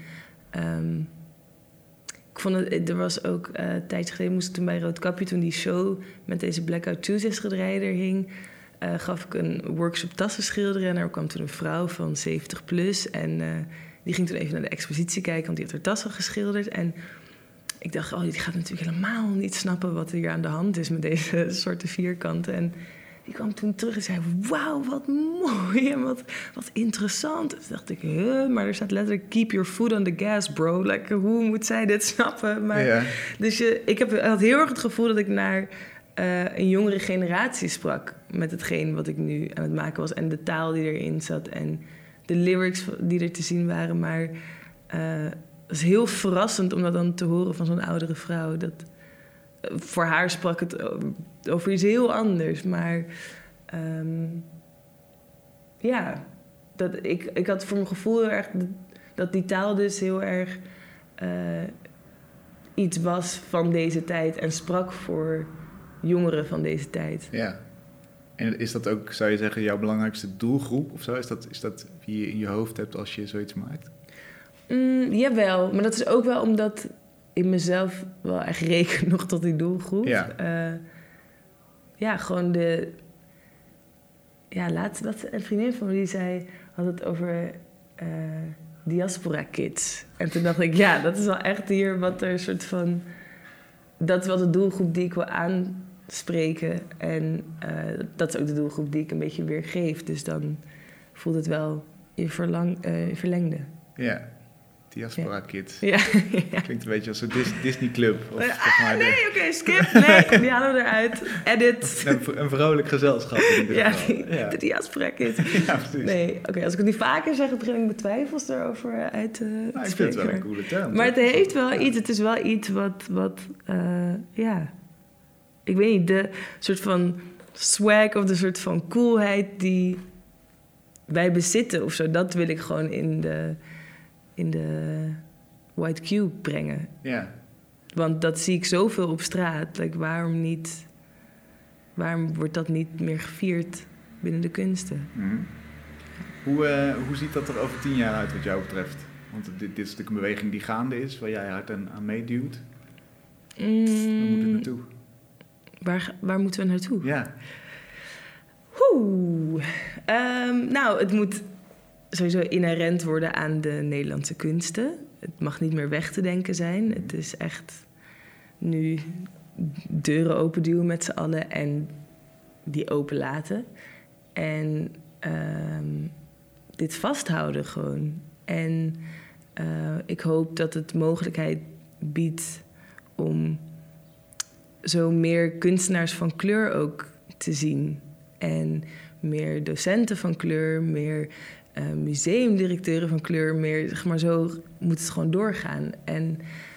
Speaker 2: Ik vond het, er was ook een tijdje geleden, moest ik toen bij Roodkapje, toen die show met deze Blackout Tuesday schilderijen er hing, gaf ik een workshop tassen schilderen. En er kwam toen een vrouw van 70 plus. En die ging toen even naar de expositie kijken, want die had haar tassen geschilderd. En ik dacht, die gaat natuurlijk helemaal niet snappen wat er hier aan de hand is met deze soorten vierkanten. En die kwam toen terug en zei, wauw, wat mooi en wat interessant. Toen dacht ik, maar er staat letterlijk, keep your foot on the gas, bro. Like, hoe moet zij dit snappen? Maar, dus ik had heel erg het gevoel dat ik naar een jongere generatie sprak met hetgeen wat ik nu aan het maken was. En de taal die erin zat en de lyrics die er te zien waren. Maar is heel verrassend om dat dan te horen van zo'n oudere vrouw. Voor haar sprak het over iets heel anders. Maar ik had voor mijn gevoel heel erg dat die taal dus heel erg iets was van deze tijd en sprak voor jongeren van deze tijd.
Speaker 1: Ja. En is dat ook, zou je zeggen, jouw belangrijkste doelgroep of zo? Is dat wie je in je hoofd hebt als je zoiets maakt?
Speaker 2: Jawel, maar dat is ook wel omdat ik mezelf wel echt reken nog tot die doelgroep. Gewoon laatst een vriendin van me die had het over diaspora kids. En toen dacht ik, dat is wel echt hier wat er een soort van... Dat is wel de doelgroep die ik wil aanspreken. En dat is ook de doelgroep die ik een beetje weer geef. Dus dan voelt het wel in verlengde.
Speaker 1: Ja, diaspora kids.
Speaker 2: Ja.
Speaker 1: Klinkt een beetje als een Disney Club.
Speaker 2: Skip. Nee, die halen we eruit. Edit.
Speaker 1: Een vrolijk gezelschap in dit geval.
Speaker 2: De diaspora kids.
Speaker 1: Ja, precies.
Speaker 2: Nee, als ik het niet vaker zeg, begin ik betwijfels erover uit te
Speaker 1: ik
Speaker 2: spreken.
Speaker 1: vind het wel een coole term.
Speaker 2: Maar het heeft wel iets. Het is wel iets wat ik weet niet, de soort van swag of de soort van coolheid die wij bezitten of zo, dat wil ik gewoon in de White Cube brengen.
Speaker 1: Ja.
Speaker 2: Want dat zie ik zoveel op straat. Waarom wordt dat niet meer gevierd binnen de kunsten?
Speaker 1: Mm-hmm. Hoe ziet dat er over 10 jaar uit wat jou betreft? Want dit is natuurlijk een beweging die gaande is, waar jij hard aan meeduwt. Waar moet het naartoe?
Speaker 2: Waar moeten we naartoe?
Speaker 1: Ja.
Speaker 2: Het moet sowieso inherent worden aan de Nederlandse kunsten. Het mag niet meer weg te denken zijn. Het is echt nu deuren openduwen met z'n allen en die open laten. En dit vasthouden gewoon. En ik hoop dat het mogelijkheid biedt om zo meer kunstenaars van kleur ook te zien. En meer docenten van kleur, meer museumdirecteuren van kleur, meer, zeg maar, zo moet het gewoon doorgaan. En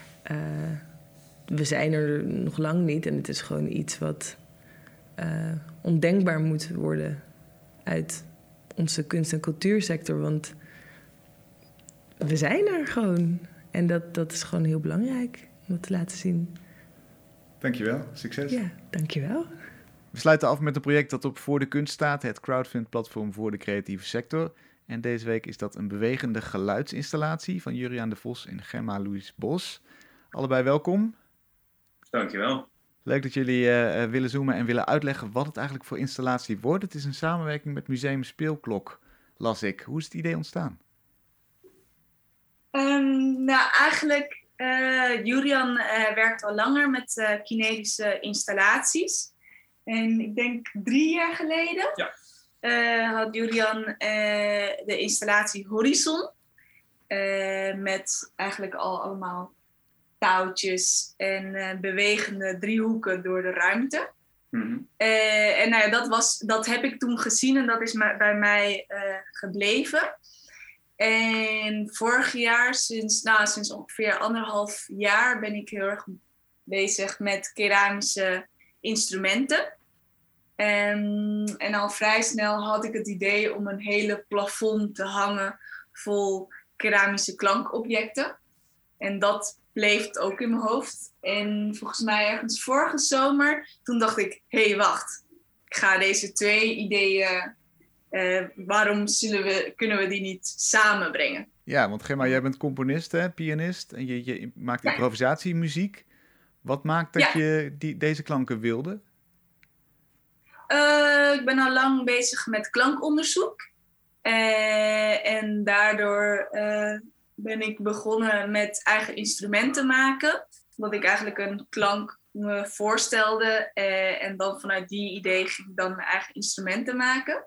Speaker 2: we zijn er nog lang niet en het is gewoon iets wat ondenkbaar moet worden uit onze kunst- en cultuursector, want we zijn er gewoon. En dat is gewoon heel belangrijk om dat te laten zien.
Speaker 1: Dankjewel, succes.
Speaker 2: Ja, dankjewel.
Speaker 1: We sluiten af met een project dat op Voor de Kunst staat, het crowdfund-platform voor de creatieve sector. En deze week is dat een bewegende geluidsinstallatie van Juriaan de Vos en Gemma Louise Bos. Allebei welkom.
Speaker 3: Dankjewel.
Speaker 1: Leuk dat jullie willen zoomen en willen uitleggen wat het eigenlijk voor installatie wordt. Het is een samenwerking met Museum Speelklok, las ik. Hoe is het idee ontstaan?
Speaker 4: Eigenlijk, Juriaan werkt al langer met kinetische installaties. En ik denk 3 jaar geleden had Juriaan de installatie Horizon. Met eigenlijk allemaal touwtjes en bewegende driehoeken door de ruimte.
Speaker 3: Mm-hmm.
Speaker 4: Dat heb ik toen gezien en dat is bij mij gebleven. En vorig jaar, sinds ongeveer 1,5 jaar, ben ik heel erg bezig met keramische instrumenten. En al vrij snel had ik het idee om een hele plafond te hangen vol keramische klankobjecten. En dat bleef ook in mijn hoofd. En volgens mij ergens vorige zomer, toen dacht ik, hé, wacht. Ik ga deze 2 ideeën, waarom kunnen we die niet samenbrengen?
Speaker 1: Ja, want Gemma, jij bent componist, hè, pianist. En je maakt improvisatiemuziek. Wat maakt dat je deze klanken wilde?
Speaker 4: Ik ben al lang bezig met klankonderzoek. En daardoor ben ik begonnen met eigen instrumenten maken. Omdat ik eigenlijk een klank me voorstelde. En dan vanuit die idee ging ik dan mijn eigen instrumenten maken.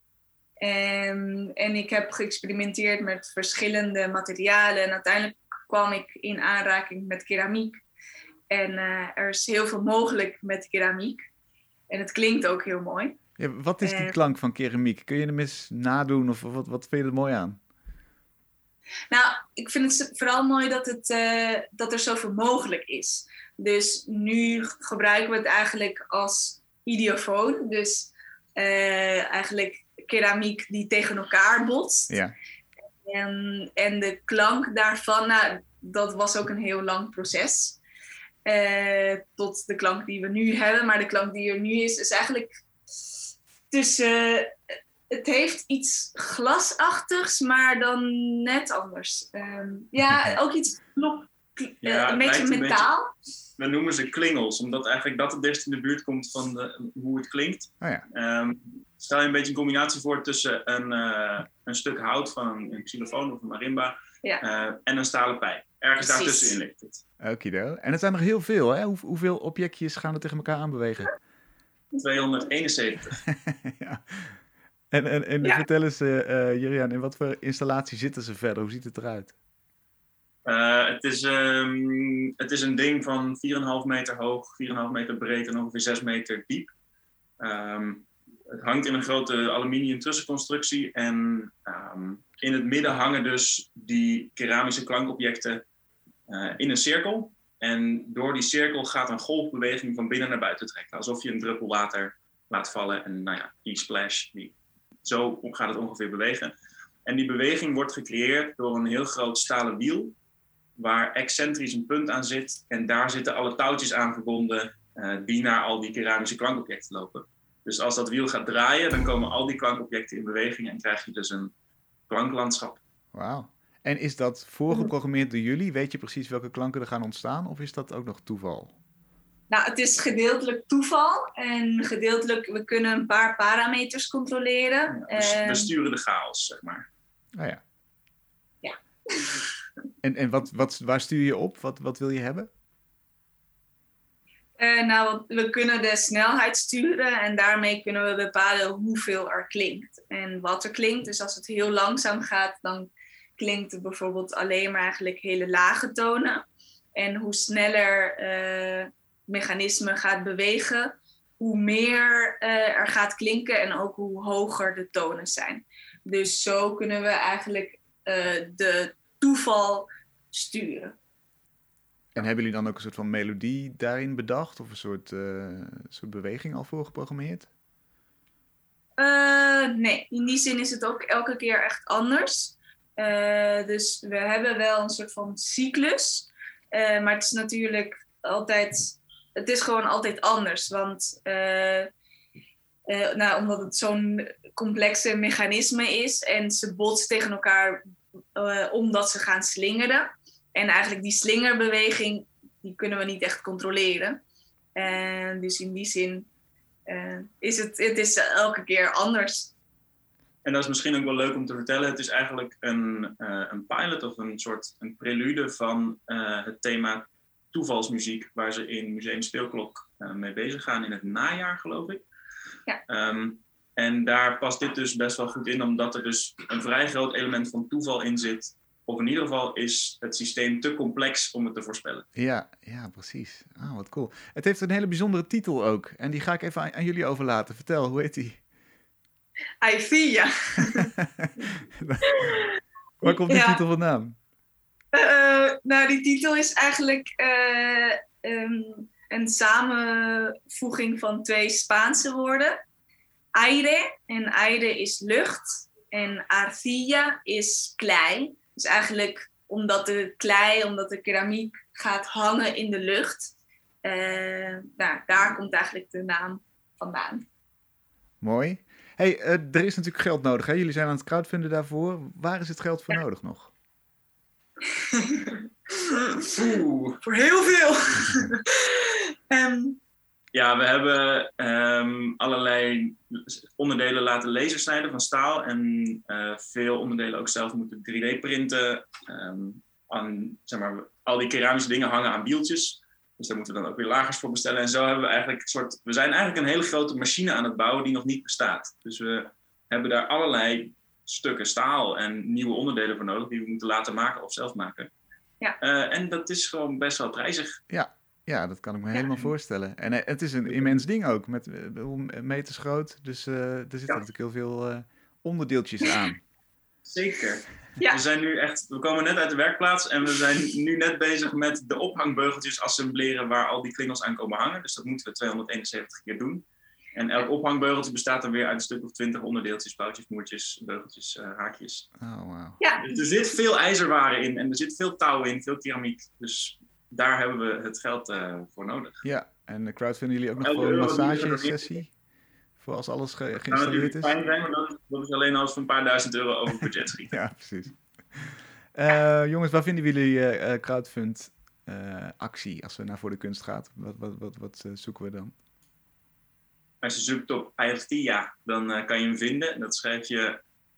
Speaker 4: En ik heb geëxperimenteerd met verschillende materialen. En uiteindelijk kwam ik in aanraking met keramiek. En er is heel veel mogelijk met keramiek. En het klinkt ook heel mooi.
Speaker 1: Ja, wat is die klank van keramiek? Kun je hem eens nadoen of wat vind je er mooi aan?
Speaker 4: Nou, ik vind het vooral mooi dat er zoveel mogelijk is. Dus nu gebruiken we het eigenlijk als idiofoon. Dus eigenlijk keramiek die tegen elkaar botst.
Speaker 1: Ja.
Speaker 4: En de klank daarvan, nou, dat was ook een heel lang proces. Tot de klank die we nu hebben. Maar de klank die er nu is eigenlijk tussen... Het heeft iets glasachtigs, maar dan net anders. Ook iets een beetje metaal.
Speaker 3: We noemen ze klingels, omdat eigenlijk dat het dichtst in de buurt komt van hoe het klinkt.
Speaker 1: Oh ja.
Speaker 3: Stel je een beetje een combinatie voor tussen een stuk hout van een xylofoon of een marimba en een stalen pijp. Ergens daartussenin ligt het.
Speaker 1: Okido. En het zijn er heel veel, hè? Hoeveel objectjes gaan er tegen elkaar aanbewegen?
Speaker 3: 271.
Speaker 1: Ja. En vertel eens, Juriaan, in wat voor installatie zitten ze verder? Hoe ziet het eruit?
Speaker 3: Het is een ding van 4,5 meter hoog, 4,5 meter breed en ongeveer 6 meter diep. Het hangt in een grote aluminium tussenconstructie en in het midden hangen dus die keramische klankobjecten in een cirkel. En door die cirkel gaat een golfbeweging van binnen naar buiten trekken. Alsof je een druppel water laat vallen en die splash, zo gaat het ongeveer bewegen. En die beweging wordt gecreëerd door een heel groot stalen wiel, waar excentrisch een punt aan zit. En daar zitten alle touwtjes aan verbonden die naar al die keramische klankobjecten lopen. Dus als dat wiel gaat draaien, dan komen al die klankobjecten in beweging en krijg je dus een klanklandschap.
Speaker 1: Wauw. En is dat voorgeprogrammeerd door jullie? Weet je precies welke klanken er gaan ontstaan? Of is dat ook nog toeval?
Speaker 4: Nou, het is gedeeltelijk toeval en gedeeltelijk, we kunnen een paar parameters controleren.
Speaker 3: Ja, we sturen de chaos, zeg maar.
Speaker 1: Oh ja.
Speaker 4: Ja.
Speaker 1: En waar stuur je op? Wat wil je hebben?
Speaker 4: We kunnen de snelheid sturen en daarmee kunnen we bepalen hoeveel er klinkt en wat er klinkt. Dus als het heel langzaam gaat, dan klinkt het bijvoorbeeld alleen maar eigenlijk hele lage tonen. En hoe sneller het mechanisme gaat bewegen, hoe meer er gaat klinken en ook hoe hoger de tonen zijn. Dus zo kunnen we eigenlijk de toeval sturen.
Speaker 1: En hebben jullie dan ook een soort van melodie daarin bedacht? Of een soort beweging al voorgeprogrammeerd?
Speaker 4: Nee, in die zin is het ook elke keer echt anders. Dus we hebben wel een soort van cyclus. Maar het is natuurlijk altijd... Het is gewoon altijd anders. Want omdat het zo'n complexe mechanisme is... en ze botsen tegen elkaar omdat ze gaan slingeren... En eigenlijk die slingerbeweging, die kunnen we niet echt controleren. Dus in die zin is het is elke keer anders.
Speaker 3: En dat is misschien ook wel leuk om te vertellen. Het is eigenlijk een pilot of een prelude van het thema toevalsmuziek... waar ze in Museum Speelklok mee bezig gaan in het najaar, geloof ik.
Speaker 4: Ja.
Speaker 3: En daar past dit dus best wel goed in... omdat er dus een vrij groot element van toeval in zit... Of in ieder geval is het systeem te complex om het te voorspellen.
Speaker 1: Ja, precies. Ah, wat cool. Het heeft een hele bijzondere titel ook. En die ga ik even aan jullie overlaten. Vertel, hoe heet die?
Speaker 4: Aithia.
Speaker 1: Waar komt die titel vandaan?
Speaker 4: Die titel is eigenlijk een samenvoeging van 2 Spaanse woorden. Aire, en aire is lucht. En arcilla is klei. Dus eigenlijk omdat de keramiek gaat hangen in de lucht. Daar komt eigenlijk de naam vandaan.
Speaker 1: Mooi. Hey, er is natuurlijk geld nodig. Hè? Jullie zijn aan het crowdfunden daarvoor. Waar is het geld voor nodig nog?
Speaker 4: Voor heel veel.
Speaker 3: Ja, we hebben allerlei onderdelen laten lasersnijden van staal en veel onderdelen ook zelf moeten 3D printen. Al die keramische dingen hangen aan wieltjes, dus daar moeten we dan ook weer lagers voor bestellen. En zo hebben we eigenlijk we zijn eigenlijk een hele grote machine aan het bouwen die nog niet bestaat. Dus we hebben daar allerlei stukken staal en nieuwe onderdelen voor nodig die we moeten laten maken of zelf maken. Ja. En dat is gewoon best wel prijzig.
Speaker 1: Ja, dat kan ik me helemaal voorstellen. En het is een immens ding ook, met meters groot. Dus er zitten natuurlijk heel veel onderdeeltjes aan.
Speaker 3: Zeker.
Speaker 4: Ja.
Speaker 3: We komen net uit de werkplaats en we zijn nu net bezig met de ophangbeugels assembleren waar al die klingels aan komen hangen. Dus dat moeten we 271 keer doen. En elk ophangbeugeltje bestaat dan weer uit een stuk of 20 onderdeeltjes, boutjes, moertjes, beugeltjes, haakjes.
Speaker 1: Oh, wow.
Speaker 4: Ja.
Speaker 3: Dus er zit veel ijzerwaren in en er zit veel touw in, veel keramiek. Dus daar hebben we het geld voor nodig.
Speaker 1: Ja, en crowdfunden jullie ook nog
Speaker 3: Elke
Speaker 1: voor een
Speaker 3: euro die
Speaker 1: massagesessie? Voor als alles
Speaker 3: Dat zou
Speaker 1: geïnstalleerd
Speaker 3: natuurlijk
Speaker 1: is?
Speaker 3: fijn zijn, maar dat is alleen als we een paar duizend euro over budget schieten.
Speaker 1: Ja, precies. Jongens, waar vinden jullie crowdfund actie als we naar Voor de Kunst gaat? Wat zoeken we dan?
Speaker 3: Als je zoekt op Aircia, dan kan je hem vinden. Dat schrijf je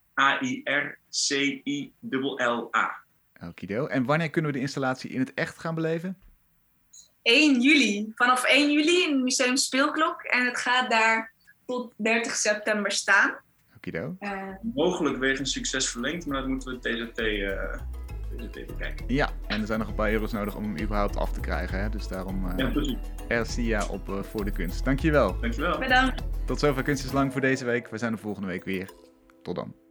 Speaker 3: AIRCILLA.
Speaker 1: Okido. En wanneer kunnen we de installatie in het echt gaan beleven?
Speaker 4: 1 juli. Vanaf 1 juli in het Museum Speelklok. En het gaat daar tot 30 september staan.
Speaker 1: Okido.
Speaker 3: Mogelijk wegens succes verlengd, maar dat moeten we TZT bekijken.
Speaker 1: Ja, en er zijn nog een paar euro's nodig om hem überhaupt af te krijgen. Hè? Dus daarom
Speaker 3: Ja, precies.
Speaker 1: Aircia op Voor de Kunst. Dankjewel.
Speaker 3: Dankjewel.
Speaker 4: Bedankt.
Speaker 1: Tot zover Kunst is Lang voor deze week. We zijn er volgende week weer. Tot dan.